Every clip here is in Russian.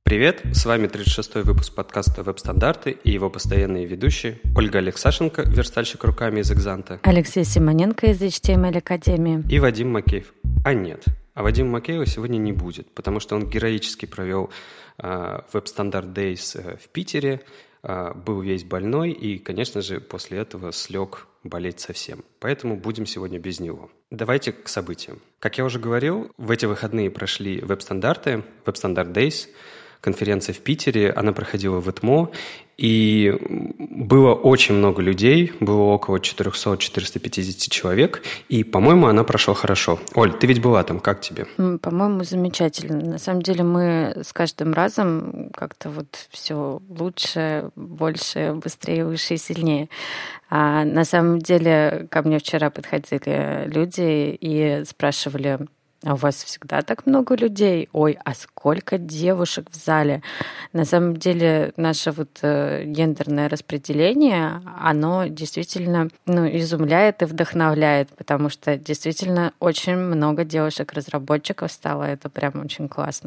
Привет, с вами 36-й выпуск подкаста «Веб-стандарты» и его постоянные ведущие Ольга Алексашенко, верстальщик руками из «Экзанта», Алексей Симоненко из HTML Академии и Вадим Макеев. Вадима Макеева сегодня не будет, потому что он героически провел «Веб-стандарт Days» в Питере, был весь больной и, конечно же, после этого слег болеть совсем. Поэтому будем сегодня без него. Давайте к событиям. Как я уже говорил, в эти выходные прошли веб-стандарты, веб-стандарт Days, конференция в Питере, она проходила в ИТМО, и было очень много людей, было около 400-450 человек, и, по-моему, она прошла хорошо. Оль, ты ведь была там, как тебе? По-моему, замечательно. На самом деле мы с каждым разом как-то вот все лучше, больше, быстрее, выше и сильнее. А на самом деле ко мне вчера подходили люди и спрашивали: а у вас всегда так много людей? Ой, а сколько девушек в зале? На самом деле наше гендерное распределение, оно действительно изумляет и вдохновляет, потому что действительно очень много девушек-разработчиков стало. Это прям очень классно.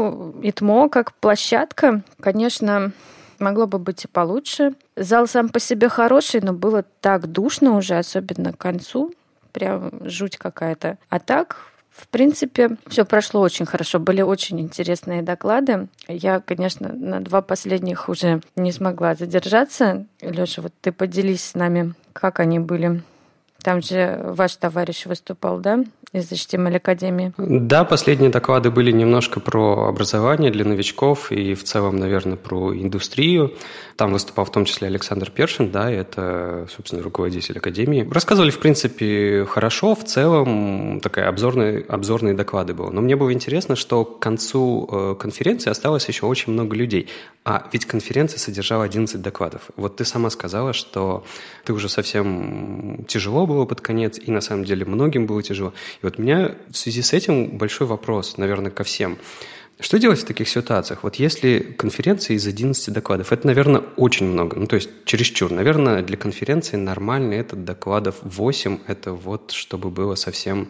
ИТМО как площадка, конечно, могло бы быть и получше. Зал сам по себе хороший, но было так душно уже, особенно к концу. Прям жуть какая-то. А так, в принципе, все прошло очень хорошо. Были очень интересные доклады. Я, конечно, на 2 последних уже не смогла задержаться. Лёша, вот ты поделись с нами, как они были. Там же ваш товарищ выступал, да, из HTML Академии? Да, последние доклады были немножко про образование для новичков и в целом, наверное, про индустрию. Там выступал в том числе Александр Першин, да, это, собственно, руководитель Академии. Рассказывали, в принципе, хорошо, в целом такая обзорные доклады были. Но мне было интересно, что к концу конференции осталось еще очень много людей. А ведь конференция содержала 11 докладов. Вот ты сама сказала, что ты уже совсем тяжело было под конец, и на самом деле многим было тяжело. И вот у меня в связи с этим большой вопрос, наверное, ко всем. Что делать в таких ситуациях? Вот если конференция из 11 докладов, это, наверное, очень много, то есть чересчур. Наверное, для конференции нормально это докладов 8, это вот чтобы было совсем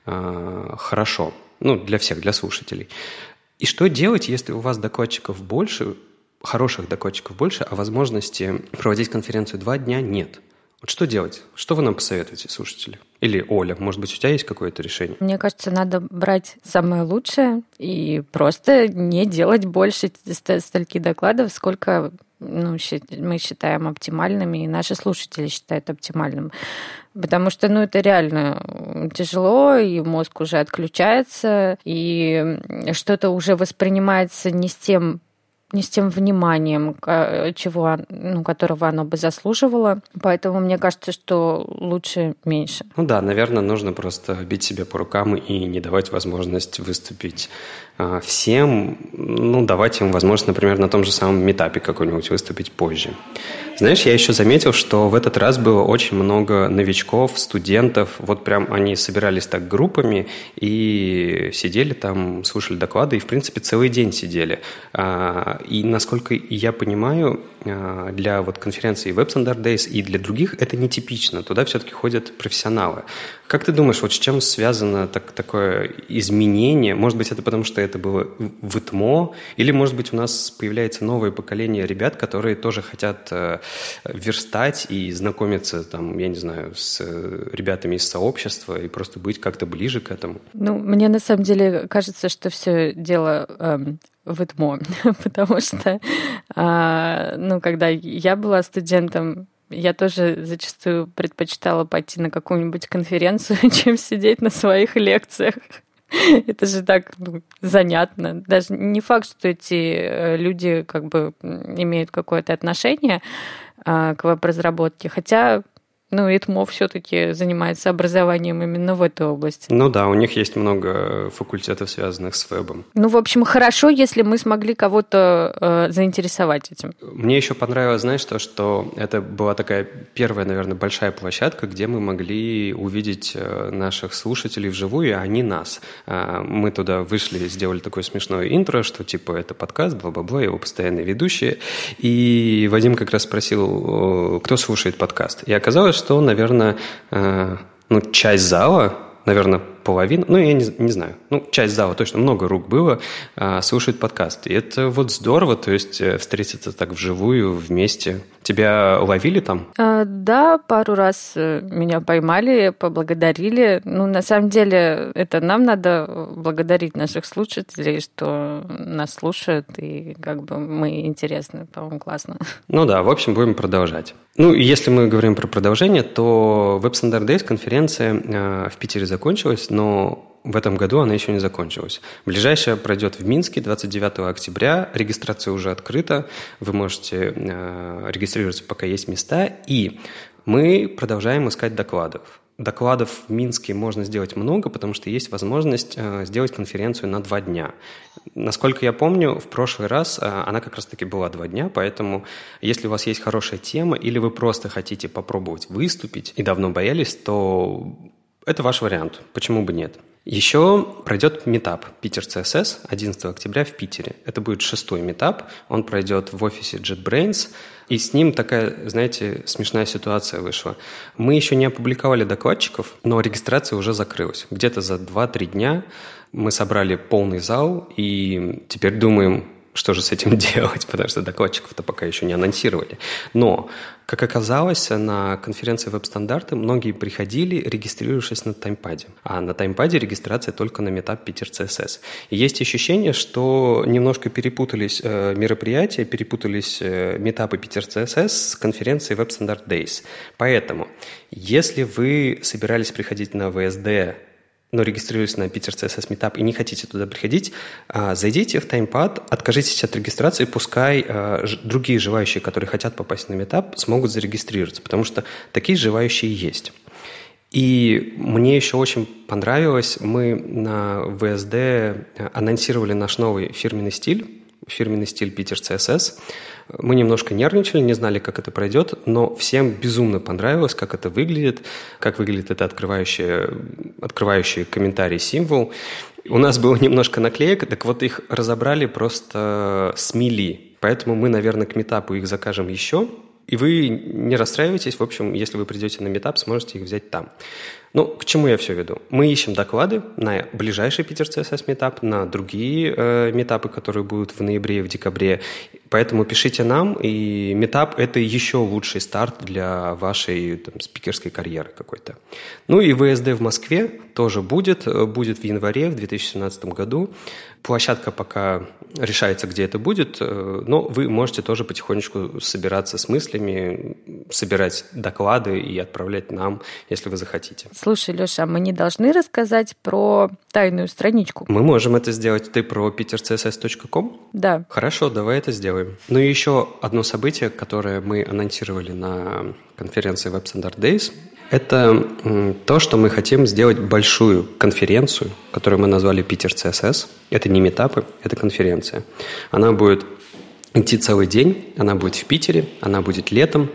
хорошо. Для всех, для слушателей. И что делать, если у вас докладчиков больше, хороших докладчиков больше, а возможности проводить конференцию 2 дня нет? Вот что делать? Что вы нам посоветуете, слушатели? Или Оля, может быть, у тебя есть какое-то решение? Мне кажется, надо брать самое лучшее и просто не делать больше стольки докладов, сколько мы считаем оптимальными, и наши слушатели считают оптимальным. Потому что, это реально тяжело, и мозг уже отключается, и что-то уже воспринимается не с тем вниманием, которого оно бы заслуживало. Поэтому мне кажется, что лучше меньше. Наверное, нужно просто бить себя по рукам и не давать возможность выступить всем. Давать им возможность, например, на том же самом митапе какой-нибудь выступить позже. Знаешь, я еще заметил, что в этот раз было очень много новичков, студентов. Вот прям они собирались так группами и сидели там, слушали доклады, и, в принципе, целый день сидели. И, насколько я понимаю, для конференции Web-Standard Days и для других это нетипично. Туда все-таки ходят профессионалы. Как ты думаешь, с чем связано такое изменение? Может быть, это потому, что это было в ИТМО? Или, может быть, у нас появляется новое поколение ребят, которые тоже хотят верстать и знакомиться, с ребятами из сообщества и просто быть как-то ближе к этому? Мне на самом деле кажется, что все дело в ИТМО, потому что, когда я была студентом, я тоже зачастую предпочитала пойти на какую-нибудь конференцию, чем сидеть на своих лекциях. Это же так занятно. Даже не факт, что эти люди имеют какое-то отношение к веб-разработке, хотя ИТМО все-таки занимается образованием именно в этой области. У них есть много факультетов, связанных с вебом. В общем, хорошо, если мы смогли кого-то заинтересовать этим. Мне еще понравилось, знаешь, что это была такая первая, наверное, большая площадка, где мы могли увидеть наших слушателей вживую, а они нас. Мы туда вышли, сделали такое смешное интро, что это подкаст, бла-бла-бла, его постоянные ведущие. И Вадим как раз спросил, кто слушает подкаст. И оказалось, что, наверное, часть зала, наверное, половина, я не знаю, часть зала точно, много рук было, слушает подкаст. И это вот здорово, то есть встретиться так вживую, вместе. Тебя ловили там? Да, пару раз меня поймали, поблагодарили. На самом деле, это нам надо благодарить наших слушателей, что нас слушают, и мы интересны, по-моему, классно. Да, в общем, будем продолжать. Если мы говорим про продолжение, то Web Standard Days конференция в Питере закончилась, но в этом году она еще не закончилась. Ближайшая пройдет в Минске 29 октября. Регистрация уже открыта. Вы можете регистрироваться, пока есть места. И мы продолжаем искать докладов. Докладов в Минске можно сделать много, потому что есть возможность сделать конференцию на 2 дня. Насколько я помню, в прошлый раз она как раз-таки была 2 дня, поэтому если у вас есть хорошая тема или вы просто хотите попробовать выступить и давно боялись, то это ваш вариант. Почему бы нет? Еще пройдет митап Питер CSS 11 октября в Питере. Это будет 6-й митап. Он пройдет в офисе JetBrains. И с ним такая, знаете, смешная ситуация вышла. Мы еще не опубликовали докладчиков, но регистрация уже закрылась. Где-то за 2-3 дня мы собрали полный зал и теперь думаем, что же с этим делать, потому что докладчиков-то пока еще не анонсировали. Но, как оказалось, на конференции веб-стандарты многие приходили, регистрируясь на таймпаде. А на таймпаде регистрация только на Meetup Питер CSS. И есть ощущение, что немножко перепутались мероприятия, перепутались Meetup Питер CSS с конференцией Web Standard Days. Поэтому, если вы собирались приходить на ВСД, но регистрируетесь на Питер CSS Meetup и не хотите туда приходить, зайдите в таймпад, откажитесь от регистрации, пускай другие желающие, которые хотят попасть на Meetup, смогут зарегистрироваться, потому что такие желающие есть. И мне еще очень понравилось, мы на ВСД анонсировали наш новый фирменный стиль Питер CSS. Мы немножко нервничали, не знали, как это пройдет, но всем безумно понравилось, как это выглядит, как выглядит это открывающий комментарий символ. У нас было немножко наклеек, так вот их разобрали просто с мили. Поэтому мы, наверное, к митапу их закажем еще. И вы не расстраивайтесь, в общем, если вы придете на митап, сможете их взять там. К чему я все веду? Мы ищем доклады на ближайший Питер CSS митап, на другие митапы, которые будут в ноябре и в декабре. Поэтому пишите нам, и митап – это еще лучший старт для вашей спикерской карьеры какой-то. И ВСД в Москве тоже будет в январе в 2017 году. Площадка пока решается, где это будет, но вы можете тоже потихонечку собираться с мыслями, собирать доклады и отправлять нам, если вы захотите. Слушай, Леша, а мы не должны рассказать про тайную страничку? Мы можем это сделать. Ты про petercss.com? Да. Хорошо, давай это сделаем. И еще одно событие, которое мы анонсировали на конференции Web Standard Days, это то, что мы хотим сделать большую конференцию, которую мы назвали Питер CSS. Это не митапы, это конференция. Она будет идти целый день, она будет в Питере, она будет летом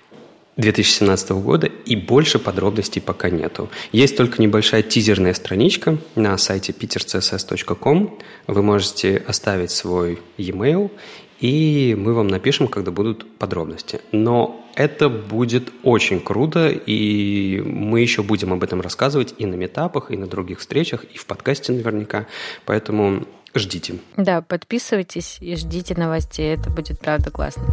2017 года, и больше подробностей пока нету. Есть только небольшая тизерная страничка на сайте petercss.com. Вы можете оставить свой e-mail, и мы вам напишем, когда будут подробности. Но это будет очень круто, и мы еще будем об этом рассказывать и на митапах, и на других встречах, и в подкасте наверняка. Поэтому ждите. Да, подписывайтесь и ждите новостей. Это будет правда классно.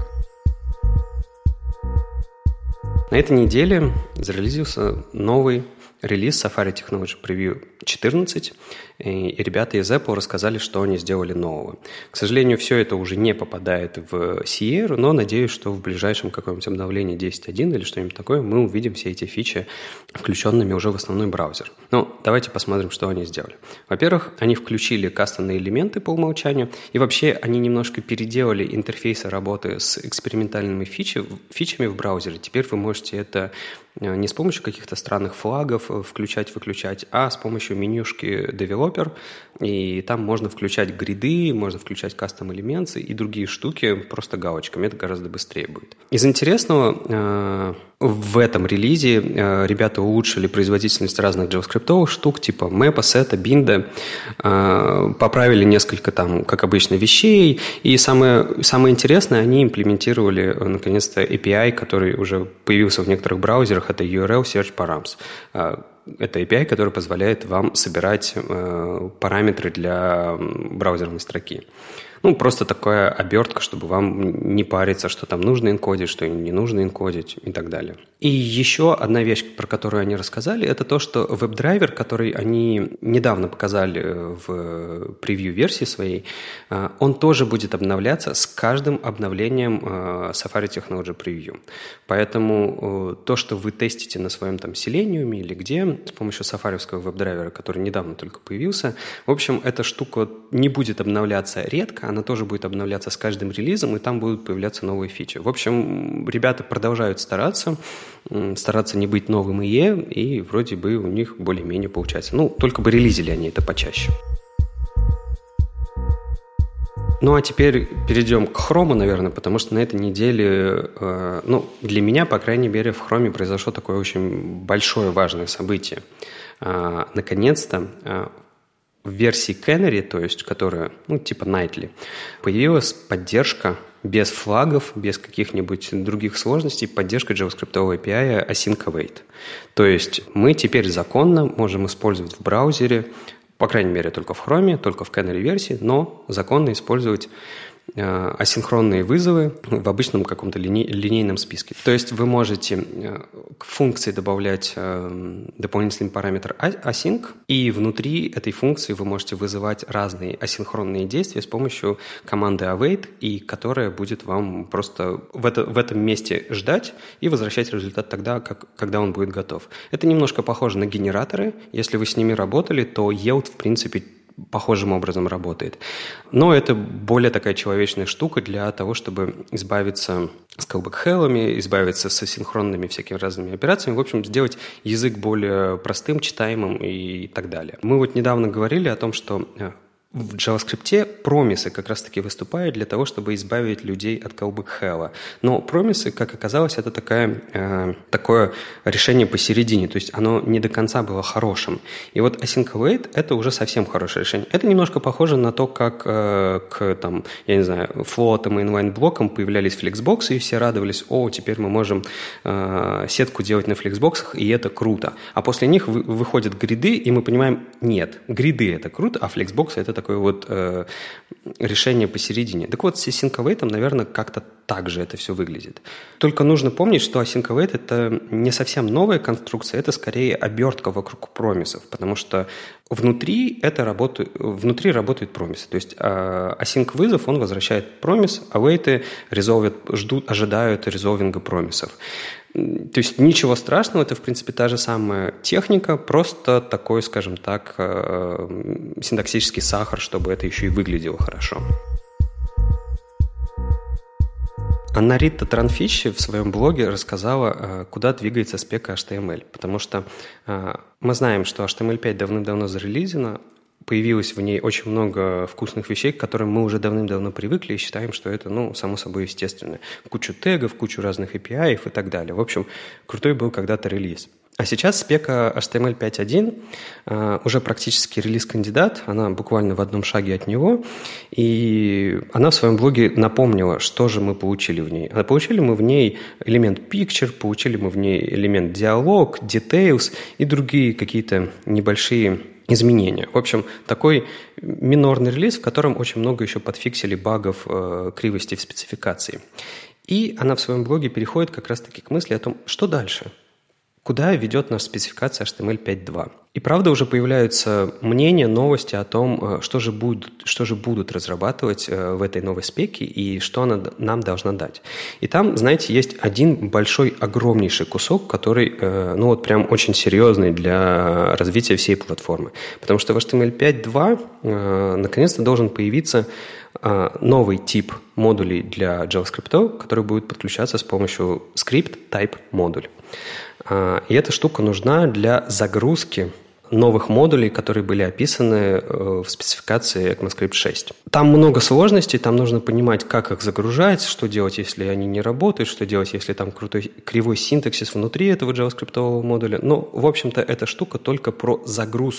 На этой неделе зарелизился новый релиз Safari Technology Preview 14, и ребята из Apple рассказали, что они сделали нового. К сожалению, все это уже не попадает в Sierra, но надеюсь, что в ближайшем каком-нибудь обновлении 10.1 или что-нибудь такое мы увидим все эти фичи включенными уже в основной браузер. Давайте посмотрим, что они сделали. Во-первых, они включили кастомные элементы по умолчанию, и вообще они немножко переделали интерфейсы работы с экспериментальными фичами в браузере. Теперь вы можете это не с помощью каких-то странных флагов включать-выключать, а с помощью менюшки Developer, и там можно включать гриды, можно включать custom elements и другие штуки просто галочками. Это гораздо быстрее будет. Из интересного, в этом релизе ребята улучшили производительность разных JavaScript штук, типа Map, Set, Bind, поправили несколько там, как обычно, вещей, и самое интересное, они имплементировали, наконец-то, API, который уже появился в некоторых браузерах, это URL Search Params. это API, который позволяет вам собирать параметры для браузерной строки. Просто такая обертка, чтобы вам не париться, что там нужно инкодить, что не нужно инкодить и так далее. И еще одна вещь, про которую они рассказали, это то, что веб-драйвер, который они недавно показали в превью-версии своей, он тоже будет обновляться с каждым обновлением Safari Technology Preview. Поэтому то, что вы тестите на своем там Selenium или где, с помощью сафариевского веб-драйвера, который недавно только появился, в общем, эта штука не будет обновляться редко, она тоже будет обновляться с каждым релизом, и там будут появляться новые фичи. В общем, ребята продолжают стараться не быть новым IE, и вроде бы у них более-менее получается. Только бы релизили они это почаще. А теперь перейдем к Chrome, наверное, потому что на этой неделе, для меня, по крайней мере, в Chrome произошло такое очень большое важное событие. Наконец-то в версии Canary, то есть которая, типа Nightly, появилась поддержка без флагов, без каких-нибудь других сложностей, поддержка JavaScript API Async Await. То есть мы теперь законно можем использовать в браузере, по крайней мере, только в Chrome, только в Canary версии, но законно использовать асинхронные вызовы в обычном каком-то линейном списке. То есть вы можете к функции добавлять дополнительный параметр async, и внутри этой функции вы можете вызывать разные асинхронные действия с помощью команды await, и которая будет вам просто в этом месте ждать и возвращать результат тогда, когда он будет готов. Это немножко похоже на генераторы. Если вы с ними работали, то yield, в принципе, похожим образом работает. Но это более такая человечная штука для того, чтобы избавиться с callback-hell'ами, избавиться с асинхронными всякими разными операциями, в общем, сделать язык более простым, читаемым и так далее. Мы недавно говорили о том, что в JavaScript промисы как раз-таки выступают для того, чтобы избавить людей от callback-hell'а. Но промисы, как оказалось, это такое решение посередине, то есть оно не до конца было хорошим. И вот Async Await – это уже совсем хорошее решение. Это немножко похоже на то, как флотам и inline-блокам появлялись флексбоксы, и все радовались: теперь мы можем сетку делать на флексбоксах, и это круто. А после них выходят гриды, и мы понимаем: нет, гриды – это круто, а флексбоксы – это такое решение посередине. Так вот, с Async Await, наверное, как-то так же это все выглядит. Только нужно помнить, что Async Await – это не совсем новая конструкция, это скорее обертка вокруг промисов, потому что внутри работают промисы. То есть async вызов, он возвращает промис, await ожидают резолвинга промисов. То есть ничего страшного, это, в принципе, та же самая техника, просто такой, скажем так, синтаксический сахар, чтобы это еще и выглядело хорошо. Анна-Рита Транфищи в своем блоге рассказала, куда двигается спека HTML, потому что мы знаем, что HTML5 давным-давно зарелизена, появилось в ней очень много вкусных вещей, к которым мы уже давным-давно привыкли и считаем, что это, само собой, естественно. Кучу тегов, кучу разных API и так далее. В общем, крутой был когда-то релиз. А сейчас спека HTML 5.1 уже практически релиз-кандидат, она буквально в одном шаге от него, и она в своем блоге напомнила, что же мы получили в ней. А получили мы в ней элемент picture, получили мы в ней элемент диалог, details и другие какие-то небольшие изменения. В общем, такой минорный релиз, в котором очень много еще подфиксили багов, кривости в спецификации. И она в своем блоге переходит как раз-таки к мысли о том, что дальше. Куда ведет наша спецификация HTML 5.2. И правда уже появляются мнения, новости о том, что же будут разрабатывать в этой новой спеке и что она нам должна дать. И там, знаете, есть один большой, огромнейший кусок, который, прям очень серьезный для развития всей платформы. Потому что в HTML 5.2 наконец-то должен появиться новый тип модулей для JavaScript, который будет подключаться с помощью script type модуль. И эта штука нужна для загрузки новых модулей, которые были описаны в спецификации ECMAScript 6. Там много сложностей, там нужно понимать, как их загружать, что делать, если они не работают, что делать, если там кривой синтаксис внутри этого JavaScript модуля. В общем-то, эта штука только про загрузку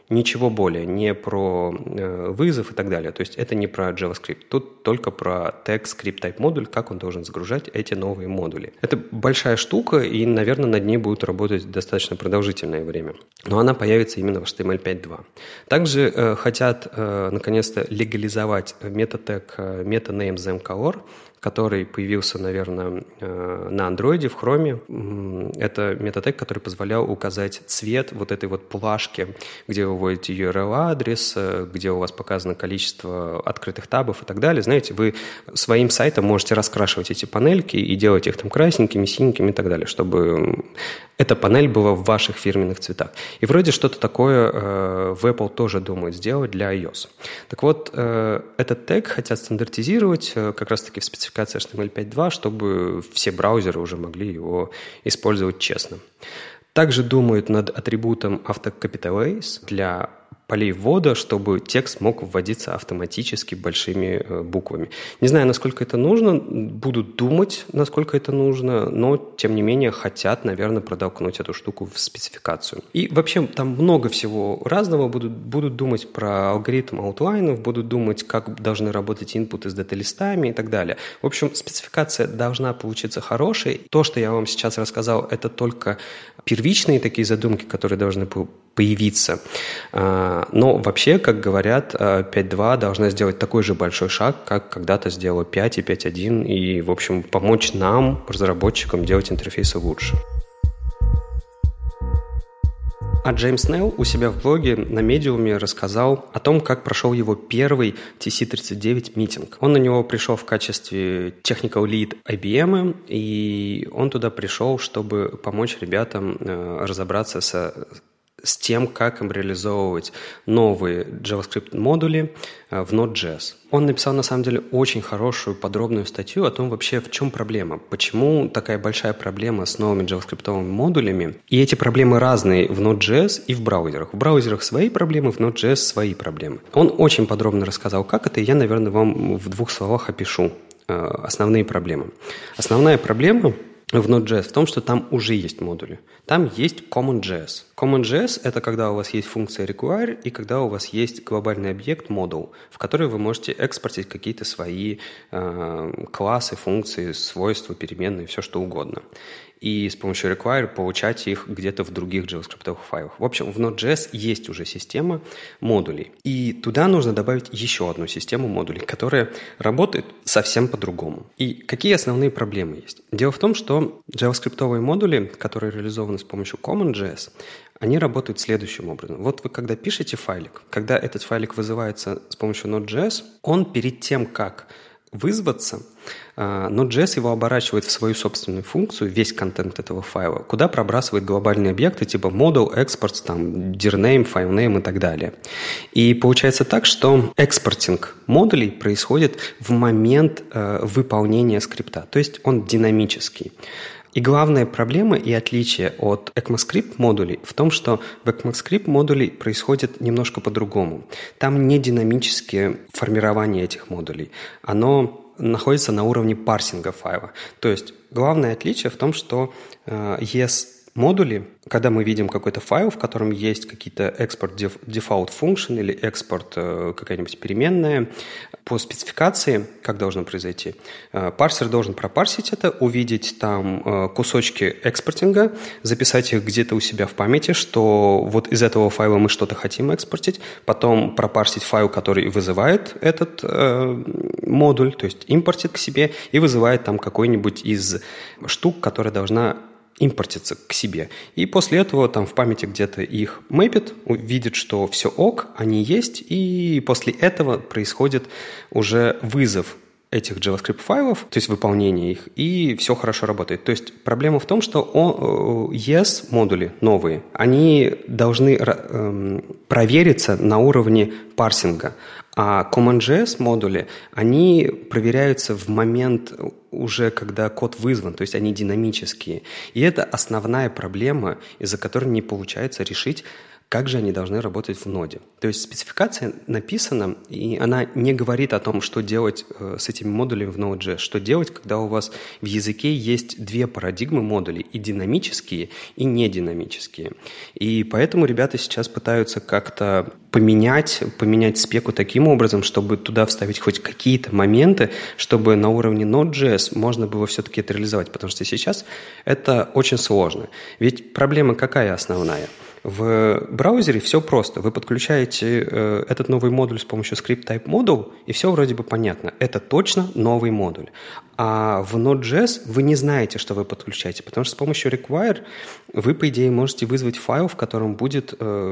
Ничего более, не про вызов и так далее. То есть это не про JavaScript. Тут только про тег script type модуль, как он должен загружать эти новые модули. Это большая штука, и, наверное, над ней будут работать достаточно продолжительное время. Но она появится именно в HTML 5.2. Также хотят, наконец-то, легализовать метатег meta-name-them-color, который появился, наверное, на Android, в Chrome. Это метатег, который позволял указать цвет вот этой вот плашки, где вы вводите URL-адрес, где у вас показано количество открытых табов и так далее. Знаете, вы своим сайтом можете раскрашивать эти панельки и делать их там красненькими, синенькими и так далее, чтобы эта панель была в ваших фирменных цветах. И вроде что-то такое в Apple тоже думают сделать для iOS. Так вот, этот тег хотят стандартизировать как раз-таки в спецификации HTML 5.2, чтобы все браузеры уже могли его использовать честно. Также думают над атрибутом AutoCapitalize для полей ввода, чтобы текст мог вводиться автоматически большими буквами. Не знаю, насколько это нужно, будут думать, насколько это нужно, но, тем не менее, хотят, наверное, протолкнуть эту штуку в спецификацию. И вообще там много всего разного. Будут думать про алгоритм аутлайнов, будут думать, как должны работать инпуты с дата-листами и так далее. В общем, спецификация должна получиться хорошей. То, что я вам сейчас рассказал, это только первичные такие задумки, которые должны появиться. Но вообще, как говорят, 5.2 должна сделать такой же большой шаг, как когда-то сделала 5 и 5.1, и, в общем, помочь нам, разработчикам, делать интерфейсы лучше. А Джеймс Нейл у себя в блоге на Медиуме рассказал о том, как прошел его первый TC39 митинг. Он на него пришел в качестве Technical Lead IBM, и он туда пришел, чтобы помочь ребятам разобраться с тем, как им реализовывать новые JavaScript-модули в Node.js. Он написал, на самом деле, очень хорошую подробную статью о том вообще, в чем проблема, почему такая большая проблема с новыми JavaScript-овыми модулями. И эти проблемы разные в Node.js и в браузерах. В браузерах свои проблемы, в Node.js свои проблемы. Он очень подробно рассказал, как это, и я, наверное, вам в 2 словах опишу основные проблемы. Основная проблема в Node.js в том, что там уже есть модули. Там есть CommonJS. CommonJS – это когда у вас есть функция require и когда у вас есть глобальный объект model, в который вы можете экспортить какие-то свои классы, функции, свойства, переменные, все что угодно. И с помощью require получать их где-то в других JavaScript файлах. В общем, в Node.js есть уже система модулей. И туда нужно добавить еще одну систему модулей, которая работает совсем по-другому. И какие основные проблемы есть? Дело в том, что JavaScript модули, которые реализованы с помощью CommonJS, они работают следующим образом. Вот вы когда пишете файлик, когда этот файлик вызывается с помощью Node.js, он перед тем, как вызваться, Node.js его оборачивает в свою собственную функцию, весь контент этого файла, куда пробрасывает глобальные объекты типа model, exports, там, dirname, filename и так далее. И получается так, что экспортинг модулей происходит в момент выполнения скрипта, то есть он динамический. И главная проблема и отличие от ECMAScript модулей в том, что в ECMAScript модулей происходит немножко по-другому. Там не динамическое формирование этих модулей. Оно находится на уровне парсинга файла. То есть главное отличие в том, что ES-модули, когда мы видим какой-то файл, в котором есть какие-то export default function или export какая-нибудь переменная, по спецификации, как должно произойти? Парсер должен пропарсить это, увидеть там кусочки экспортинга, записать их где-то у себя в памяти, что вот из этого файла мы что-то хотим экспортить, потом пропарсить файл, который вызывает этот модуль, то есть импортит к себе и вызывает там какой-нибудь из штук, которая должна импортится к себе. И после этого там в памяти где-то их мэпит, видит, что все ок, они есть, и после этого происходит уже вызов этих JavaScript файлов, то есть выполнение их, и все хорошо работает. То есть проблема в том, что ES модули новые, они должны провериться на уровне парсинга, а CommonJS модули, они проверяются в момент уже, когда код вызван, то есть они динамические. И это основная проблема, из-за которой не получается решить как же они должны работать в ноде. То есть спецификация написана, и она не говорит о том, что делать с этими модулями в Node.js, что делать, когда у вас в языке есть две парадигмы модулей, и динамические, и нединамические. И поэтому ребята сейчас пытаются как-то поменять спеку таким образом, чтобы туда вставить хоть какие-то моменты, чтобы на уровне Node.js можно было все-таки это реализовать, потому что сейчас это очень сложно. Ведь проблема какая основная? В браузере все просто. Вы подключаете этот новый модуль с помощью script type module, и все вроде бы понятно. Это точно новый модуль. А в Node.js вы не знаете, что вы подключаете, потому что с помощью require вы, по идее, можете вызвать файл, в котором будет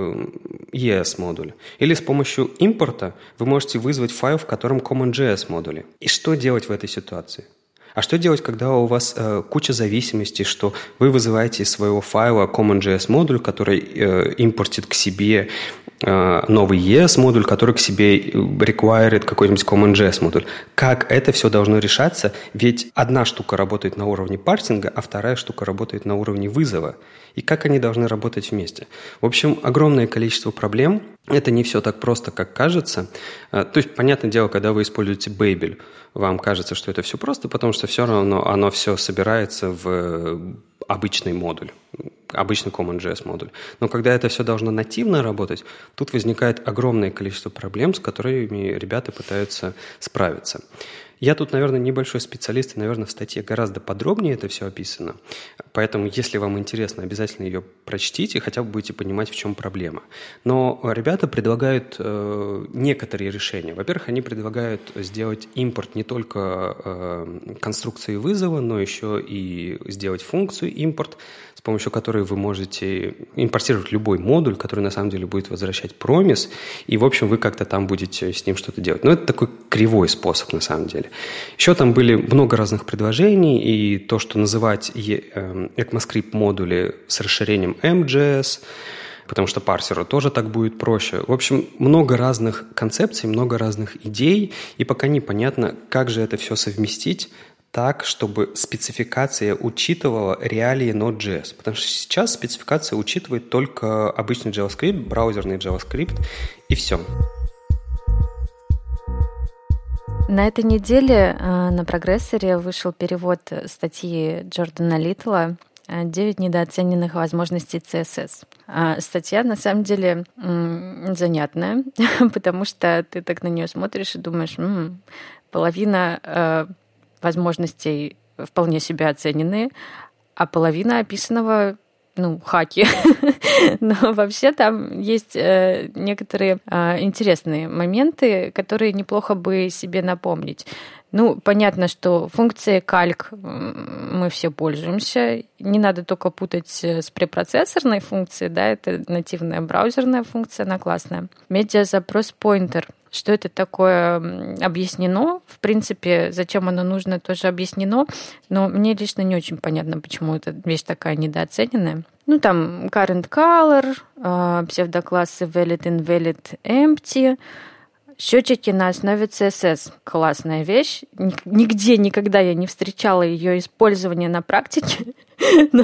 ES-модуль. Или с помощью импорта вы можете вызвать файл, в котором CommonJS модули. И что делать в этой ситуации? А что делать, когда у вас куча зависимостей, что вы вызываете из своего файла CommonJS модуль, который импортит к себе новый ES модуль, который к себе requirит какой-нибудь CommonJS модуль? Как это все должно решаться? Ведь одна штука работает на уровне парсинга, а вторая штука работает на уровне вызова. И как они должны работать вместе? В общем, огромное количество проблем. Это не все так просто, как кажется. То есть, понятное дело, когда вы используете Babel, вам кажется, что это все просто, потому что все равно оно все собирается в обычный модуль, обычный CommonJS модуль. Но когда это все должно нативно работать, тут возникает огромное количество проблем, с которыми ребята пытаются справиться. Я тут, наверное, небольшой специалист, и, наверное, в статье гораздо подробнее это все описано. Поэтому, если вам интересно, обязательно ее прочтите, хотя бы будете понимать, в чем проблема. Но ребята предлагают некоторые решения. Во-первых, они предлагают сделать импорт не только конструкции вызова, но еще и сделать функцию импорт, с помощью которой вы можете импортировать любой модуль, который на самом деле будет возвращать промис, и, в общем, вы как-то там будете с ним что-то делать. Но это такой кривой способ, на самом деле. Еще там были много разных предложений, и то, что называть ECMAScript модули с расширением MJS, потому что парсеру тоже так будет проще. В общем, много разных концепций, много разных идей, и пока непонятно, как же это все совместить так, чтобы спецификация учитывала реалии Node.js. Потому что сейчас спецификация учитывает только обычный JavaScript, браузерный JavaScript, и все. На этой неделе на Прогрессоре вышел перевод статьи Джордана Литтла «9 недооцененных возможностей CSS». Статья, на самом деле, занятная, потому что ты так на нее смотришь и думаешь, половина возможностей вполне себе оцененные, а половина описанного хаки. Но вообще там есть некоторые интересные моменты, которые неплохо бы себе напомнить. Понятно, что функцией calc мы все пользуемся. Не надо только путать с препроцессорной функцией, да, это нативная браузерная функция, она классная. Медиазапрос pointer. Что это такое, объяснено. В принципе, зачем оно нужно, тоже объяснено. Но мне лично не очень понятно, почему эта вещь такая недооцененная. Там current color, псевдоклассы valid, invalid, empty, счетчики на основе CSS. Классная вещь. Нигде никогда я не встречала ее использование на практике, но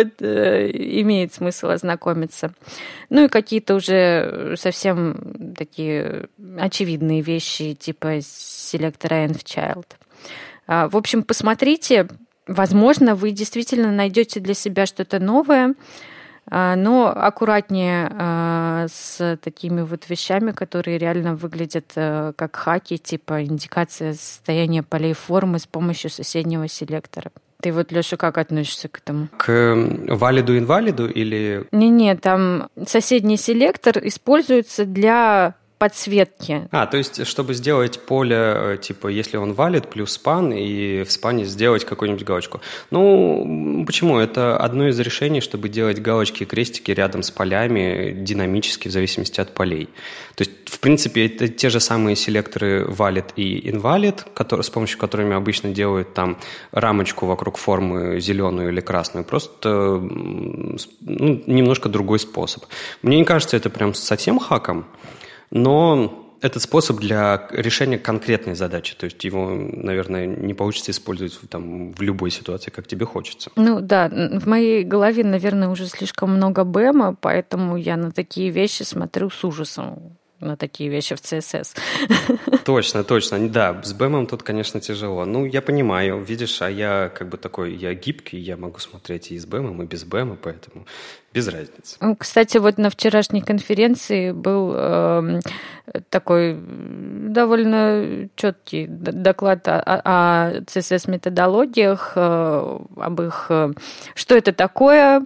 имеет смысл ознакомиться. И какие-то уже совсем такие очевидные вещи, типа селектора env-child. В общем, посмотрите. Возможно, вы действительно найдете для себя что-то новое, но аккуратнее с такими вещами, которые реально выглядят как хаки, типа индикация состояния полей формы с помощью соседнего селектора. Ты Леша, как относишься к этому? К валиду-инвалиду или... Не, там соседний селектор используется для подсветки. То есть, чтобы сделать поле, типа, если он валид, плюс спан, и в спане сделать какую-нибудь галочку. Почему? Это одно из решений, чтобы делать галочки и крестики рядом с полями динамически, в зависимости от полей. То есть, в принципе, это те же самые селекторы valid и invalid, с помощью которыми обычно делают там рамочку вокруг формы зеленую или красную. Просто немножко другой способ. Мне не кажется это прям совсем хаком, но этот способ для решения конкретной задачи. То есть его, наверное, не получится использовать там в любой ситуации, как тебе хочется. Ну да, в моей голове, наверное, уже слишком много БЭМа, поэтому я на такие вещи смотрю с ужасом. На такие вещи в CSS. Точно. Да, с БЭМом тут, конечно, тяжело. Ну, я понимаю, видишь, а я как бы такой, я гибкий, я могу смотреть и с БЭМом, и без БЭМа, поэтому без разницы. Кстати, вот на вчерашней конференции был такой довольно четкий доклад о CSS-методологиях, об их, что это такое,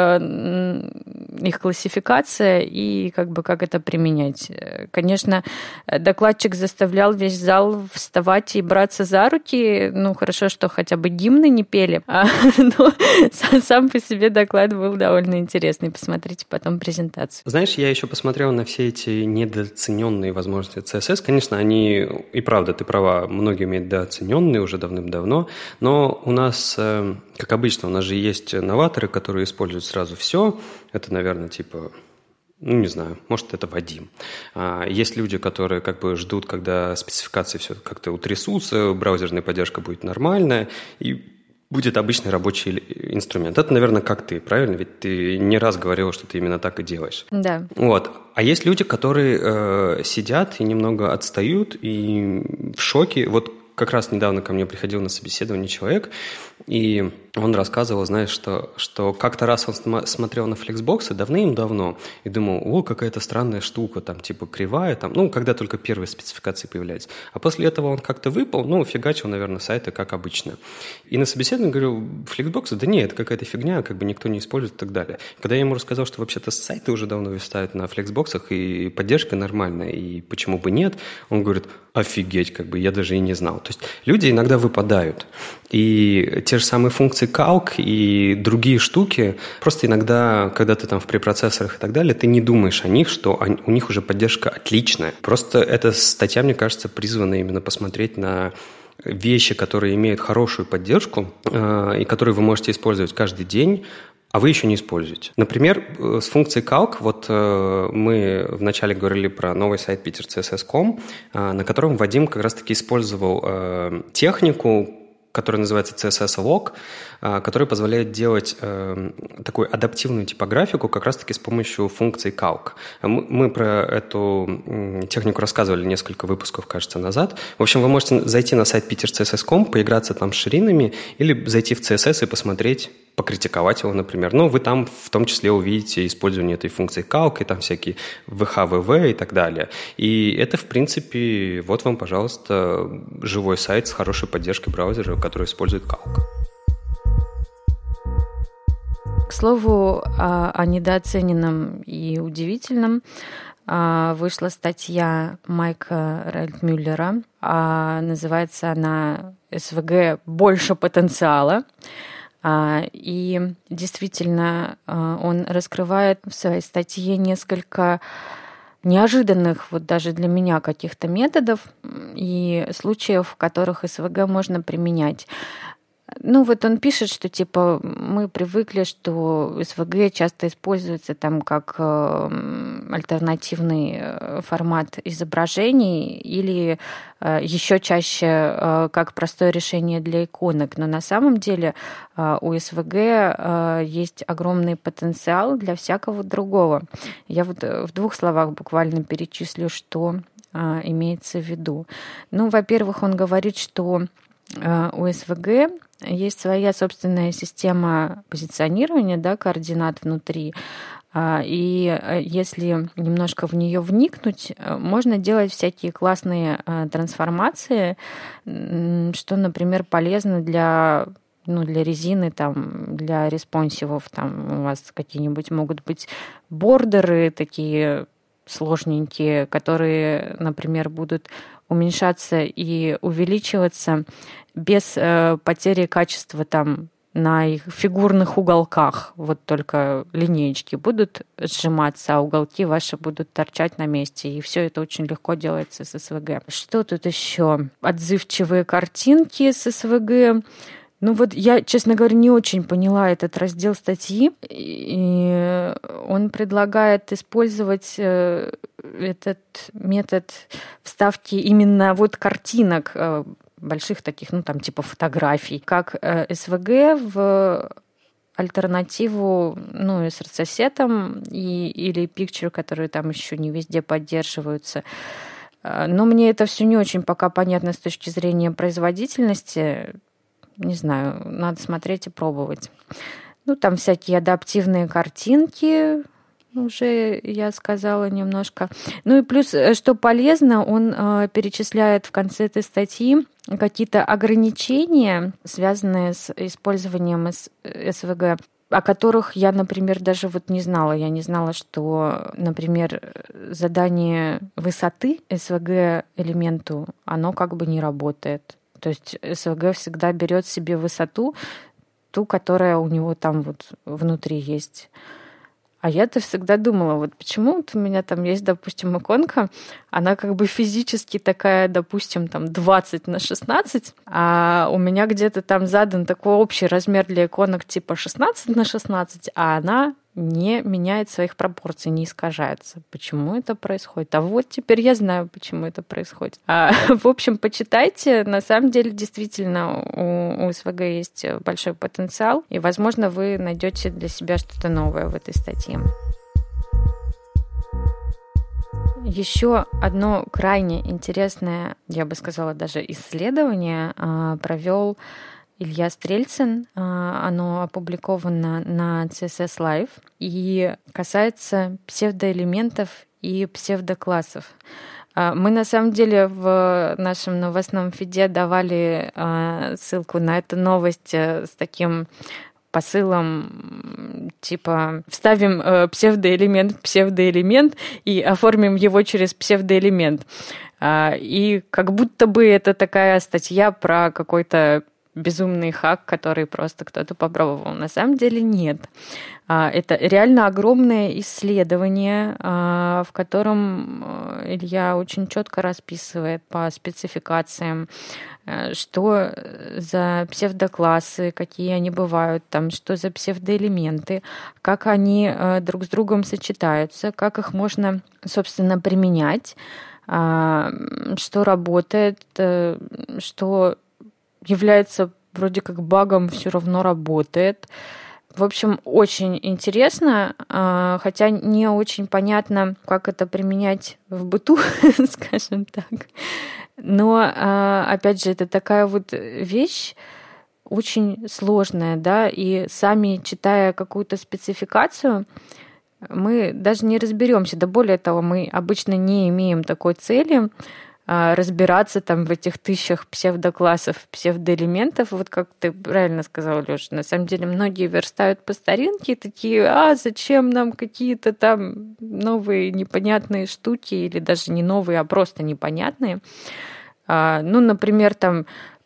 их классификация и как бы как это применять. Конечно, докладчик заставлял весь зал вставать и браться за руки. Ну, хорошо, что хотя бы гимны не пели, но сам по себе доклад был довольно интересный. Посмотрите потом презентацию. Знаешь, я еще посмотрел на все эти недооцененные возможности CSS. Конечно, они, и правда, ты права, многими недооцененные уже давным-давно, но у нас, как обычно, у нас же есть новаторы, которые используют сразу все. Это, наверное, типа... Ну, не знаю, может, это Вадим. Есть люди, которые как бы ждут, когда спецификации все как-то утрясутся, браузерная поддержка будет нормальная, и будет обычный рабочий инструмент. Это, наверное, как ты, правильно? Ведь ты не раз говорила, что ты именно так и делаешь. Да. Вот. А есть люди, которые сидят и немного отстают, и в шоке. Вот как раз недавно ко мне приходил на собеседование человек, и он рассказывал, знаешь, что как-то раз он смотрел на флексбоксы давным-давно и думал, о, какая-то странная штука, там, типа кривая, там, ну, когда только первые спецификации появляются. А после этого он как-то выпал, ну, фигачил, наверное, сайты, как обычно. И на собеседовании говорю, флексбоксы, да нет, это какая-то фигня, как бы никто не использует и так далее. Когда я ему рассказал, что вообще-то сайты уже давно висают на флексбоксах, и поддержка нормальная, и почему бы нет, он говорит, офигеть, как бы я даже и не знал. То есть люди иногда выпадают. И те же самые функции calc и другие штуки, просто иногда, когда ты там в препроцессорах и так далее, ты не думаешь о них, что у них уже поддержка отличная. Просто эта статья, мне кажется, призвана именно посмотреть на вещи, которые имеют хорошую поддержку и которые вы можете использовать каждый день, а вы еще не используете. Например, с функцией calc, вот мы вначале говорили про новый сайт petercss.com, на котором Вадим как раз-таки использовал технику, которая называется CSS-log, который позволяет делать такую адаптивную типографику как раз-таки с помощью функции calc. Мы про эту технику рассказывали несколько выпусков, кажется, назад. В общем, вы можете зайти на сайт petercss.com, поиграться там с ширинами или зайти в CSS и посмотреть, покритиковать его, например. Ну, вы там в том числе увидите использование этой функции calc, и там всякие VHVV и так далее. И это, в принципе, вот вам, пожалуйста, живой сайт с хорошей поддержкой браузера, который использует calc. К слову, о недооцененном и удивительном. Вышла статья Майка Ральтмюллера. Называется она «СВГ больше потенциала». И действительно, он раскрывает в своей статье несколько неожиданных, вот даже для меня, каких-то методов и случаев, в которых СВГ можно применять. Ну, вот он пишет, что, типа, мы привыкли, что СВГ часто используется там как альтернативный формат изображений или еще чаще как простое решение для иконок. Но на самом деле у СВГ есть огромный потенциал для всякого другого. Я вот в двух словах буквально перечислю, что имеется в виду. Ну, во-первых, он говорит, что у СВГ есть своя собственная система позиционирования, да, координат внутри. И если немножко в нее вникнуть, можно делать всякие классные трансформации, что, например, полезно для резины, там, для респонсивов. Там у вас какие-нибудь могут быть бордеры такие сложненькие, которые, например, будут уменьшаться и увеличиваться без потери качества там на их фигурных уголках. Вот только линеечки будут сжиматься, а уголки ваши будут торчать на месте. И все это очень легко делается с СВГ. Что тут еще? Отзывчивые картинки с СВГ. Ну вот я, честно говоря, не очень поняла этот раздел статьи, и он предлагает использовать этот метод вставки именно вот картинок больших таких, ну там типа фотографий, как SVG в альтернативу, ну, SRC-сетам или Picture, которые там еще не везде поддерживаются. Но мне это все не очень пока понятно с точки зрения производительности. Не знаю, надо смотреть и пробовать. Ну, там всякие адаптивные картинки, уже я сказала немножко. Ну и плюс, что полезно, он перечисляет в конце этой статьи какие-то ограничения, связанные с использованием SVG, о которых я, например, даже вот не знала. Я не знала, что, например, задание высоты SVG-элементу, оно как бы не работает. То есть SVG всегда берет себе высоту, ту, которая у него там вот внутри есть. А я-то всегда думала, вот почему вот у меня там есть, допустим, иконка, она как бы физически такая, допустим, там 20×16, а у меня где-то там задан такой общий размер для иконок типа 16×16, а она не меняет своих пропорций, не искажается. Почему это происходит? А вот теперь я знаю, почему это происходит. В общем, почитайте. На самом деле, действительно, у SVG есть большой потенциал, и, возможно, вы найдете для себя что-то новое в этой статье. Еще одно крайне интересное, я бы сказала, даже исследование провел Илья Стрельцин. Оно опубликовано на CSS Live и касается псевдоэлементов и псевдоклассов. Мы на самом деле в нашем новостном фиде давали ссылку на эту новость с таким посылом типа вставим псевдоэлемент в псевдоэлемент и оформим его через псевдоэлемент. И как будто бы это такая статья про какой-то безумный хак, который просто кто-то попробовал. На самом деле нет. Это реально огромное исследование, в котором Илья очень четко расписывает по спецификациям, что за псевдоклассы, какие они бывают, там, что за псевдоэлементы, как они друг с другом сочетаются, как их можно, собственно, применять, что работает, что является вроде как багом, все равно работает. В общем, очень интересно, хотя не очень понятно, как это применять в быту, скажем так. Но, опять же, это такая вот вещь очень сложная, да, и сами, читая какую-то спецификацию, мы даже не разберемся. Да более того, мы обычно не имеем такой цели разбираться там в этих тысячах псевдоклассов, псевдоэлементов. Вот как ты правильно сказал, Лёша, на самом деле многие верстают по старинке, такие, зачем нам какие-то там новые непонятные штуки, или даже не новые, а просто непонятные. Ну, например, там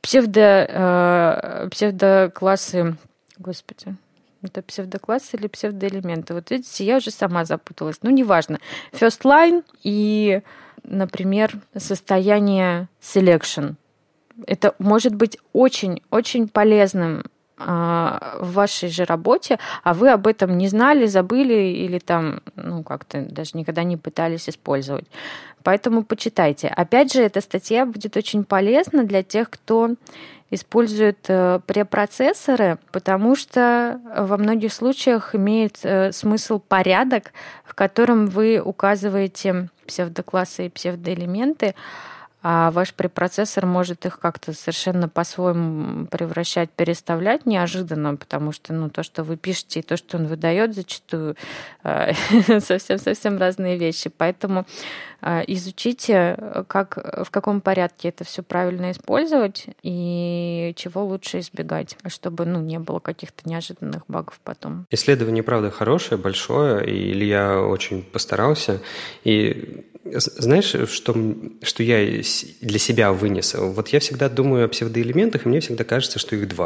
псевдоклассы, господи, это псевдоклассы или псевдоэлементы? Вот видите, я уже сама запуталась. Ну, неважно. First line и, например, состояние selection. Это может быть очень-очень полезным в вашей же работе, а вы об этом не знали, забыли или там, ну, как-то даже никогда не пытались использовать. Поэтому почитайте. Опять же, эта статья будет очень полезна для тех, кто использует препроцессоры, потому что во многих случаях имеет смысл порядок, в котором вы указываете псевдоклассы и псевдоэлементы, а ваш препроцессор может их как-то совершенно по-своему превращать, переставлять неожиданно, потому что, ну, то, что вы пишете, и то, что он выдает, зачастую совсем разные вещи. Поэтому изучите, в каком порядке это все правильно использовать и чего лучше избегать, чтобы, ну, не было каких-то неожиданных багов потом. Исследование, правда, хорошее, большое, и Илья очень постарался. И знаешь, что я для себя вынес? Вот я всегда думаю о псевдоэлементах, и мне всегда кажется, что их два.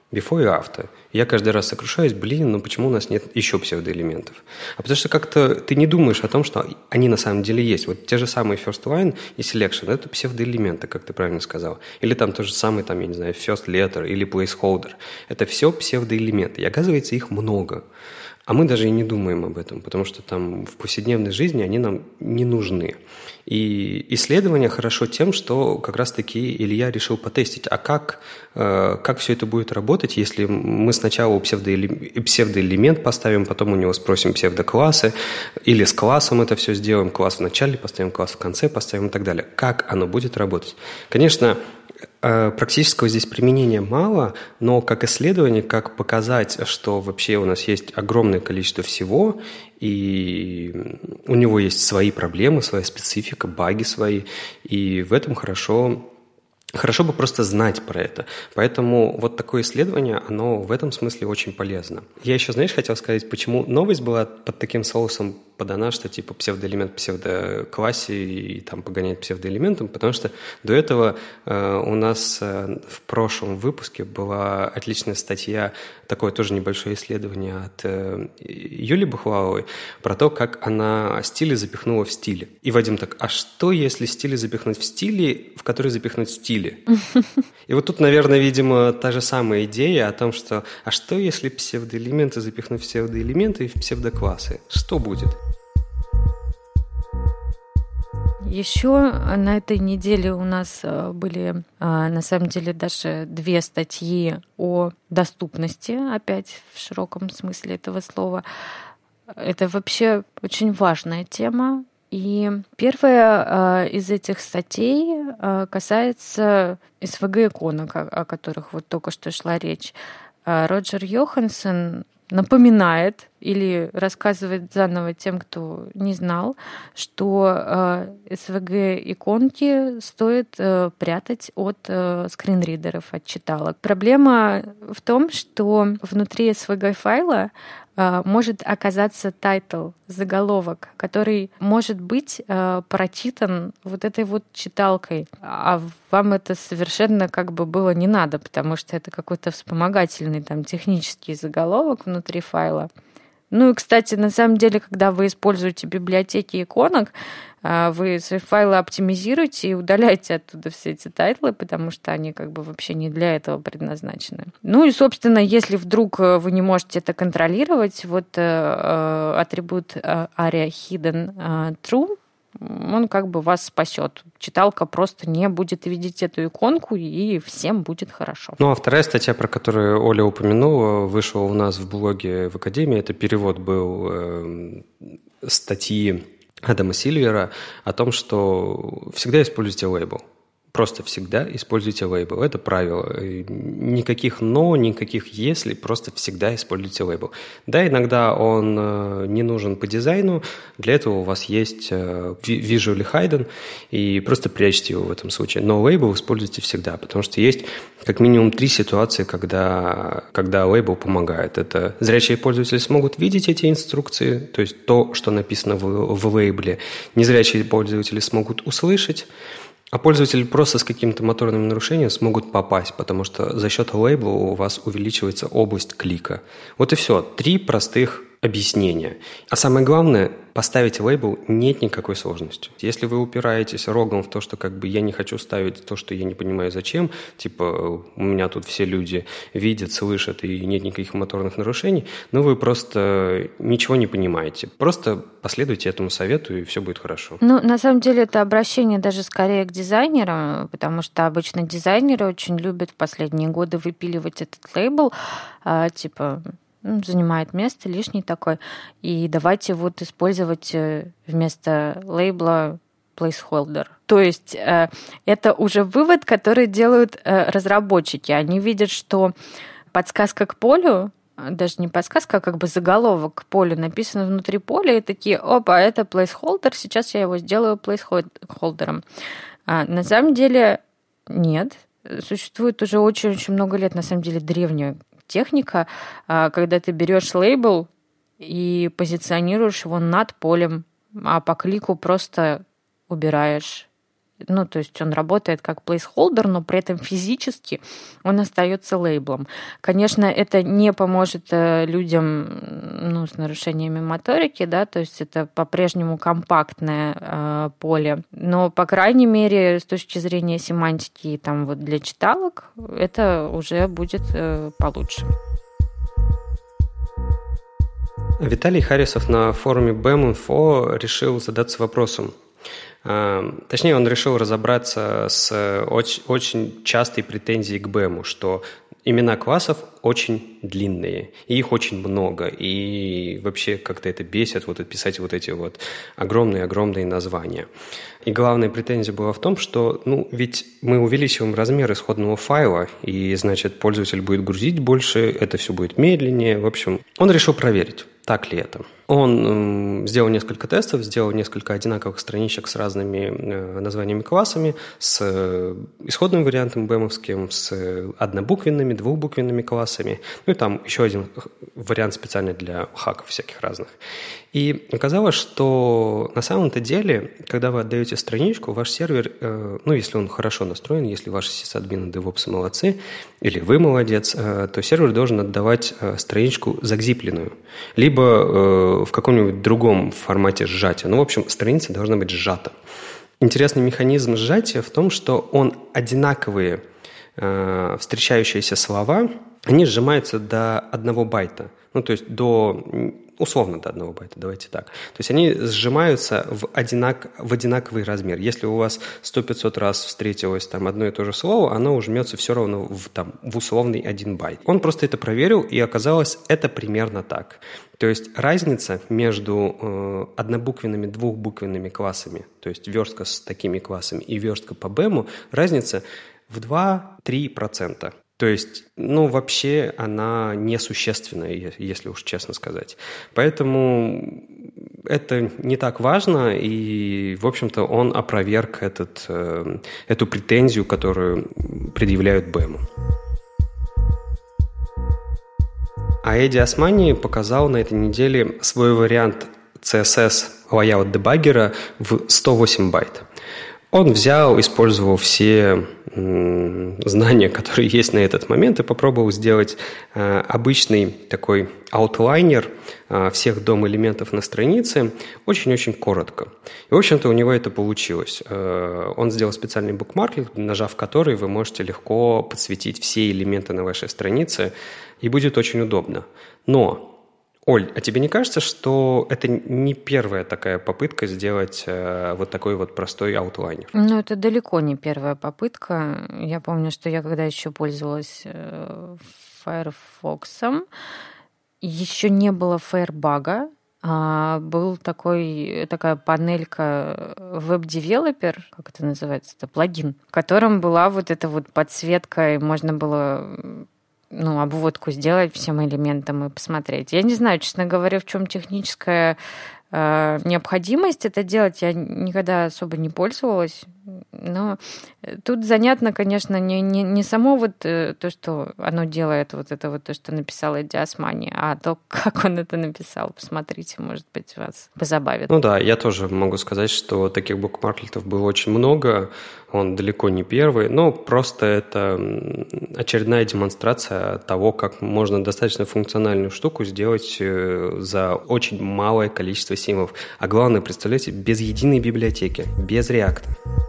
Before и after. Я каждый раз сокрушаюсь, почему у нас нет еще псевдоэлементов? А потому что как-то ты не думаешь о том, что они на самом деле есть. Вот те же самые first line и selection – это псевдоэлементы, как ты правильно сказал. Или там тот же самый, там, я не знаю, first letter или placeholder. Это все псевдоэлементы. И оказывается, их много. А мы даже и не думаем об этом, потому что там в повседневной жизни они нам не нужны. И исследование хорошо тем, что как раз-таки Илья решил потестить, а как все это будет работать, если мы сначала псевдоэлемент поставим, потом у него спросим псевдоклассы, или с классом это все сделаем, класс в начале поставим, класс в конце поставим и так далее. Как оно будет работать? Конечно, практического здесь применения мало, но как исследование, как показать, что вообще у нас есть огромное количество всего, и у него есть свои проблемы, своя специфика, баги свои, и в этом хорошо бы просто знать про это. Поэтому вот такое исследование, оно в этом смысле очень полезно. Я еще, хотел сказать, почему новость была под таким соусом подана, что типа псевдоэлемент в псевдоклассе и там погонять псевдоэлементом, потому что до этого у нас в прошлом выпуске была отличная статья, такое тоже небольшое исследование от Юлии Бухваловой про то, как она стили запихнула в стиле. И Вадим так, а что если стили запихнуть в стиле, в который запихнуть стили? И вот тут, наверное, видимо, та же самая идея о том, что а что если псевдоэлементы запихнуть в псевдоэлементы и в псевдоклассы? Что будет? Еще на этой неделе у нас были, на самом деле, даже 2 статьи о доступности, опять в широком смысле этого слова. Это вообще очень важная тема. И первая из этих статей касается СВГ-иконок, о которых вот только что шла речь. Роджер Йоханссон напоминает или рассказывает заново тем, кто не знал, что SVG-иконки стоит прятать от скринридеров, от читалок. Проблема в том, что внутри SVG-файла может оказаться тайтл, заголовок, который может быть прочитан вот этой вот читалкой, а вам это совершенно было не надо, потому что это какой-то вспомогательный там технический заголовок внутри файла. Ну и, кстати, на самом деле, когда вы используете библиотеки иконок, вы свои файлы оптимизируете и удаляете оттуда все эти тайтлы, потому что они вообще не для этого предназначены. Ну и, собственно, если вдруг вы не можете это контролировать, вот атрибут aria hidden true, он вас спасет. Читалка просто не будет видеть эту иконку, и всем будет хорошо. Ну, а вторая статья, про которую Оля упомянула, вышла у нас в блоге в Академии. Это перевод был статьи Адама Сильвера о том, что всегда используйте лейбл. Просто всегда используйте лейбл. Это правило. Никаких «но», никаких «если», просто всегда используйте лейбл. Да, иногда он не нужен по дизайну, для этого у вас есть visually hidden, и просто прячьте его в этом случае. Но лейбл используйте всегда, потому что есть как минимум 3 ситуации, когда лейбл помогает. Это зрячие пользователи смогут видеть эти инструкции, то есть то, что написано в лейбле. Незрячие пользователи смогут услышать, а пользователи просто с каким-то моторным нарушением смогут попасть, потому что за счет лейбла у вас увеличивается область клика. Вот и все. 3 простых объяснения. А самое главное, поставить лейбл нет никакой сложности. Если вы упираетесь рогом в то, что я не хочу ставить то, что я не понимаю зачем, типа у меня тут все люди видят, слышат и нет никаких моторных нарушений, вы просто ничего не понимаете. Просто последуйте этому совету, и все будет хорошо. Ну, на самом деле, это обращение даже скорее к дизайнерам, потому что обычно дизайнеры очень любят в последние годы выпиливать этот лейбл, занимает место, лишний такой. И давайте использовать вместо лейбла placeholder. То есть это уже вывод, который делают разработчики. Они видят, что подсказка к полю, даже не подсказка, а заголовок к полю написан внутри поля, и такие, опа, это placeholder, сейчас я его сделаю placeholderом. На самом деле нет. Существует уже очень-очень много лет, на самом деле, древняя техника, когда ты берешь лейбл и позиционируешь его над полем, а по клику просто убираешь Ну, то есть он работает как placeholder, но при этом физически он остается лейблом. Конечно, это не поможет людям с нарушениями моторики, да, то есть это по-прежнему компактное поле. Но, по крайней мере, с точки зрения семантики там вот для читалок, это уже будет получше. Виталий Харисов на форуме BEM.info решил задаться вопросом. Точнее, он решил разобраться с очень частой претензией к BEM, что имена классов очень длинные, и их очень много, и вообще как-то это бесит, писать эти огромные-огромные названия. И главная претензия была в том, что, ведь мы увеличиваем размер исходного файла, и, значит, пользователь будет грузить больше, это все будет медленнее. В общем, он решил проверить, так ли это. Он сделал несколько тестов, сделал несколько одинаковых страничек с разными названиями классами, с исходным вариантом бэмовским, с однобуквенными, двухбуквенными классами. Ну и там еще один вариант специально для хаков всяких разных. И оказалось, что на самом-то деле, когда вы отдаете страничку, ваш сервер, если он хорошо настроен, если ваши сисадмины, девопсы молодцы, или вы молодец, то сервер должен отдавать страничку загзипленную, либо в каком-нибудь другом формате сжатия. В общем, страница должна быть сжата. Интересный механизм сжатия в том, что одинаковые встречающиеся слова, они сжимаются до 1 байта. То есть условно до 1 байта, давайте так. То есть они сжимаются в одинаковый размер. Если у вас 100-500 раз встретилось одно и то же слово, оно ужмется все равно в условный 1 байт. Он просто это проверил, и оказалось, это примерно так. То есть разница между однобуквенными, двухбуквенными классами, то есть верстка с такими классами и верстка по BEM, разница в 2-3%. То есть, вообще она несущественная, если уж честно сказать. Поэтому это не так важно, и, в общем-то, он опроверг эту претензию, которую предъявляют BEM. А Эдди Османи показал на этой неделе свой вариант CSS Layout Debugger в 108 байт. Он использовал все знания, которые есть на этот момент, и попробовал сделать обычный такой аутлайнер всех дом-элементов на странице очень-очень коротко. И, в общем-то, у него это получилось. Он сделал специальный букмарк, нажав который вы можете легко подсветить все элементы на вашей странице, и будет очень удобно. Но Оль, а тебе не кажется, что это не первая такая попытка сделать такой простой аутлайнер? Это далеко не первая попытка. Я помню, что я когда еще пользовалась Firefox, еще не было Firebug, был такая панелька Web-Developer, как это называется, это плагин, в котором была эта подсветка, и можно было обводку сделать всем элементам и посмотреть. Я не знаю, честно говоря, в чем техническая необходимость это делать. Я никогда особо не пользовалась. Но тут занятно, конечно, не само то, что оно делает, то, что написал Эдди Османи, а то, как он это написал. Посмотрите, может быть, вас позабавит. Да, я тоже могу сказать, что таких букмарклетов было очень много. Он далеко не первый, но просто это очередная демонстрация того, как можно достаточно функциональную штуку сделать за очень малое количество символов. А главное, представляете, без единой библиотеки, без React.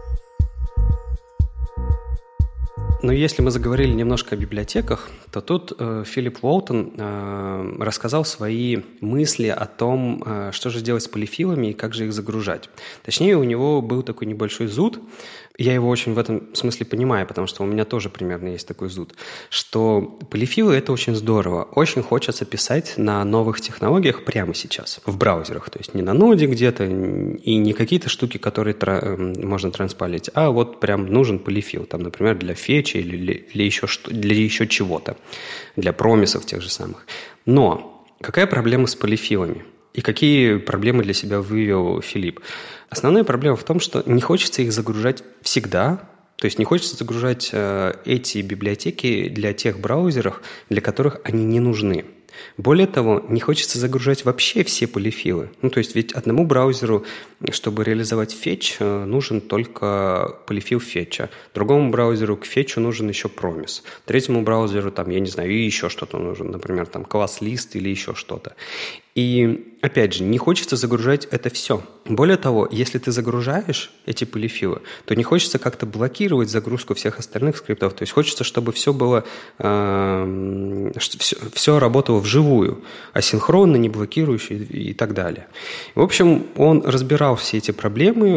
Но если мы заговорили немножко о библиотеках, то тут Филипп Уолтон рассказал свои мысли о том, что же делать с полифилами и как же их загружать. Точнее, у него был такой небольшой зуд. Я его очень в этом смысле понимаю, потому что у меня тоже примерно есть такой зуд, что полифилы – это очень здорово. Очень хочется писать на новых технологиях прямо сейчас, в браузерах. То есть не на ноде где-то и не какие-то штуки, которые можно транспалить, а прям нужен полифил, там, например, для фетча или для еще чего-то, для промисов тех же самых. Но какая проблема с полифилами? И какие проблемы для себя вывел Филипп? Основная проблема в том, что не хочется их загружать всегда, то есть не хочется загружать эти библиотеки для тех браузеров, для которых они не нужны. Более того, не хочется загружать вообще все полифилы. Ну, то есть ведь одному браузеру, чтобы реализовать фетч, нужен только полифил фетча. Другому браузеру к фетчу нужен еще промис. Третьему браузеру, там, я не знаю, и еще что-то нужен. Например, там класс-лист или еще что-то. И, опять же, не хочется загружать это все. Более того, если ты загружаешь эти полифилы, то не хочется как-то блокировать загрузку всех остальных скриптов. То есть хочется, чтобы все было, все работало вживую, асинхронно, не блокирующе и так далее. В общем, он разбирал все эти проблемы,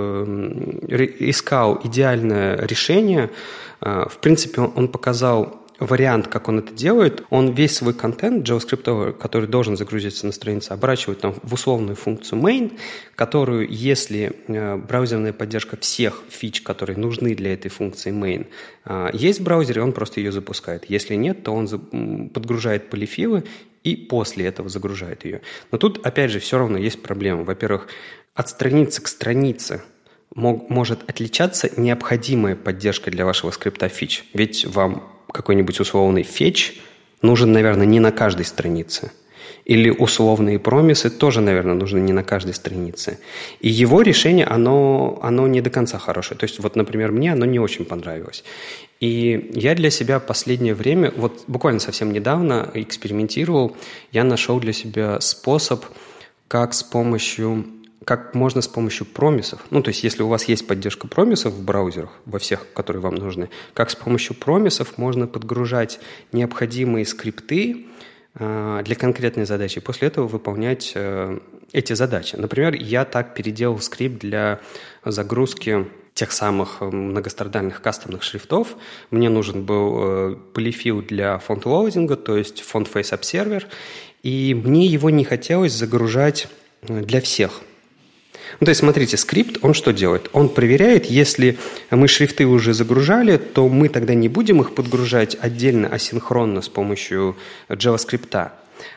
искал идеальное решение. В принципе, он показал вариант, как он это делает. Он весь свой контент JavaScript, который должен загрузиться на странице, оборачивает там в условную функцию main, которую, если браузерная поддержка всех фич, которые нужны для этой функции main, есть в браузере, он просто ее запускает. Если нет, то он подгружает полифилы и после этого загружает ее. Но тут, опять же, все равно есть проблема. Во-первых, от страницы к странице может отличаться необходимая поддержка для вашего скрипта фич. Ведь вам какой-нибудь условный фетч нужен, наверное, не на каждой странице. Или условные промисы тоже, наверное, нужны не на каждой странице. И его решение, оно не до конца хорошее. То есть, вот, например, мне оно не очень понравилось. И я для себя последнее время, вот буквально совсем недавно экспериментировал, я нашел для себя способ, как можно с помощью промисов, ну, то есть, если у вас есть поддержка промисов в браузерах, во всех, которые вам нужны, как с помощью промисов можно подгружать необходимые скрипты для конкретной задачи, и после этого выполнять эти задачи. Например, я так переделал скрипт для загрузки тех самых многострадальных кастомных шрифтов. Мне нужен был полифил для фонд-лоудинга, то есть font face observer, и мне его не хотелось загружать для всех. Ну, то есть, смотрите, скрипт, он что делает? Он проверяет, если мы шрифты уже загружали, то мы тогда не будем их подгружать отдельно, асинхронно с помощью JavaScript,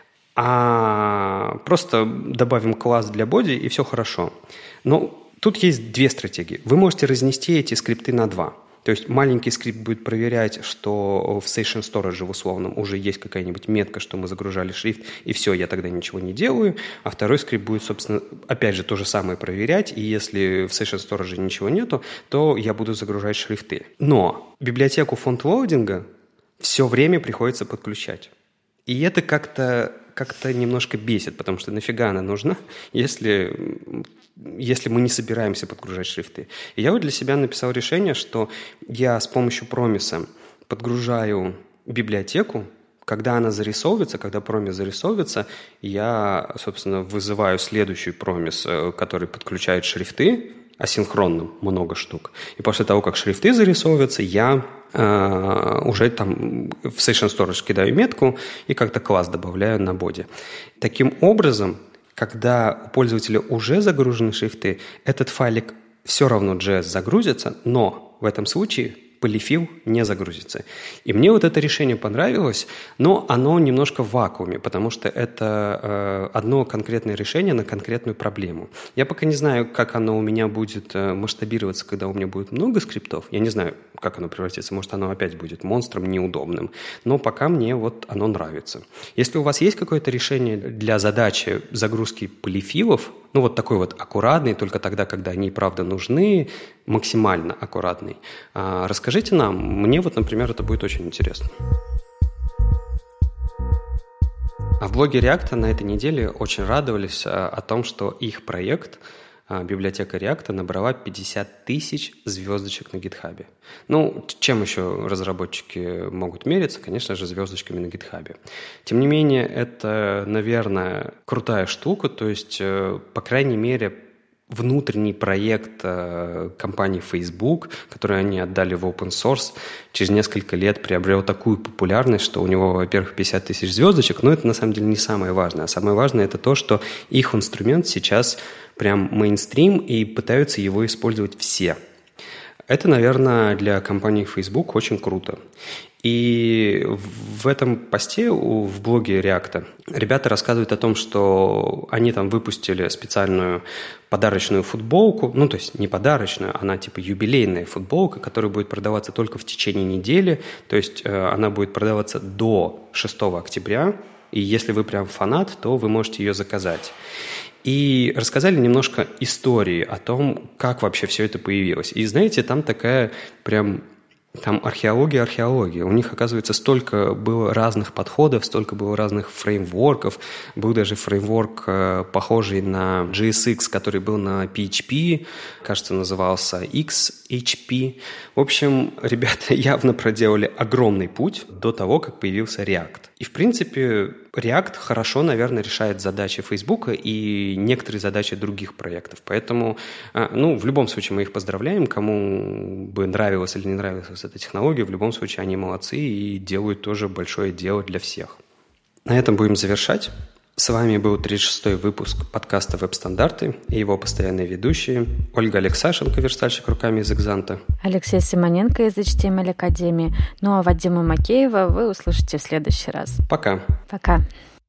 а просто добавим класс для body, и все хорошо. Но тут есть две стратегии. Вы можете разнести эти скрипты на два. То есть маленький скрипт будет проверять, что в Session Storage в условном уже есть какая-нибудь метка, что мы загружали шрифт, и все, я тогда ничего не делаю. А второй скрипт будет, собственно, опять же то же самое проверять, и если в Session Storage ничего нету, то я буду загружать шрифты. Но библиотеку фонд-лоудинга все время приходится подключать. И это как-то немножко бесит, потому что нафига она нужна, если мы не собираемся подгружать шрифты. И я вот для себя написал решение, что я с помощью промиса подгружаю библиотеку, когда она зарисовывается, когда промис зарисовывается, я, собственно, вызываю следующий промис, который подключает шрифты, асинхронно много штук. И после того, как шрифты зарисовываются, я уже там в Session Storage кидаю метку и как-то класс добавляю на боди. Таким образом, когда у пользователя уже загружены шрифты, этот файлик все равно JS загрузится, но в этом случае полифил не загрузится. И мне вот это решение понравилось, но оно немножко в вакууме, потому что это одно конкретное решение на конкретную проблему. Я пока не знаю, как оно у меня будет масштабироваться, когда у меня будет много скриптов. Я не знаю, как оно превратится. Может, оно опять будет монстром неудобным. Но пока мне вот оно нравится. Если у вас есть какое-то решение для задачи загрузки полифилов, ну вот такой вот аккуратный, только тогда, когда они правда нужны, максимально аккуратный, расскажите нам. Мне вот, например, это будет очень интересно. А в блоге React на этой неделе очень радовались о том, что их проект, библиотека React, набрала 50 тысяч звездочек на GitHub. Ну, чем еще разработчики могут мериться? Конечно же, звездочками на GitHub. Тем не менее, это, наверное, крутая штука. То есть, по крайней мере, внутренний проект компании Facebook, который они отдали в open source, через несколько лет приобрел такую популярность, что у него, во-первых, 50 тысяч звездочек, но это на самом деле не самое важное. А самое важное это то, что их инструмент сейчас прям мейнстрим и пытаются его использовать все. Это, наверное, для компании Facebook очень круто. И в этом посте в блоге React ребята рассказывают о том, что они там выпустили специальную подарочную футболку, ну, то есть не подарочную, она типа юбилейная футболка, которая будет продаваться только в течение недели, то есть она будет продаваться до 6 октября, и если вы прям фанат, то вы можете ее заказать. И рассказали немножко истории о том, как вообще все это появилось. И знаете, там такая прям... Там археология. У них, оказывается, столько было разных подходов, столько было разных фреймворков. Был даже фреймворк, похожий на JSX, который был на PHP, кажется, назывался XHP. В общем, ребята явно проделали огромный путь до того, как появился React. И, в принципе, React хорошо, наверное, решает задачи Facebook и некоторые задачи других проектов. Поэтому, в любом случае мы их поздравляем. Кому бы нравилась или не нравилась эта технология, в любом случае они молодцы и делают тоже большое дело для всех. На этом будем завершать. С вами был 36-й выпуск подкаста «Веб-стандарты» и его постоянные ведущие Ольга Алексашенко, верстальщик руками из Экзанта, Алексей Симоненко из HTML Академии. Ну а Вадима Макеева вы услышите в следующий раз. Пока. Пока.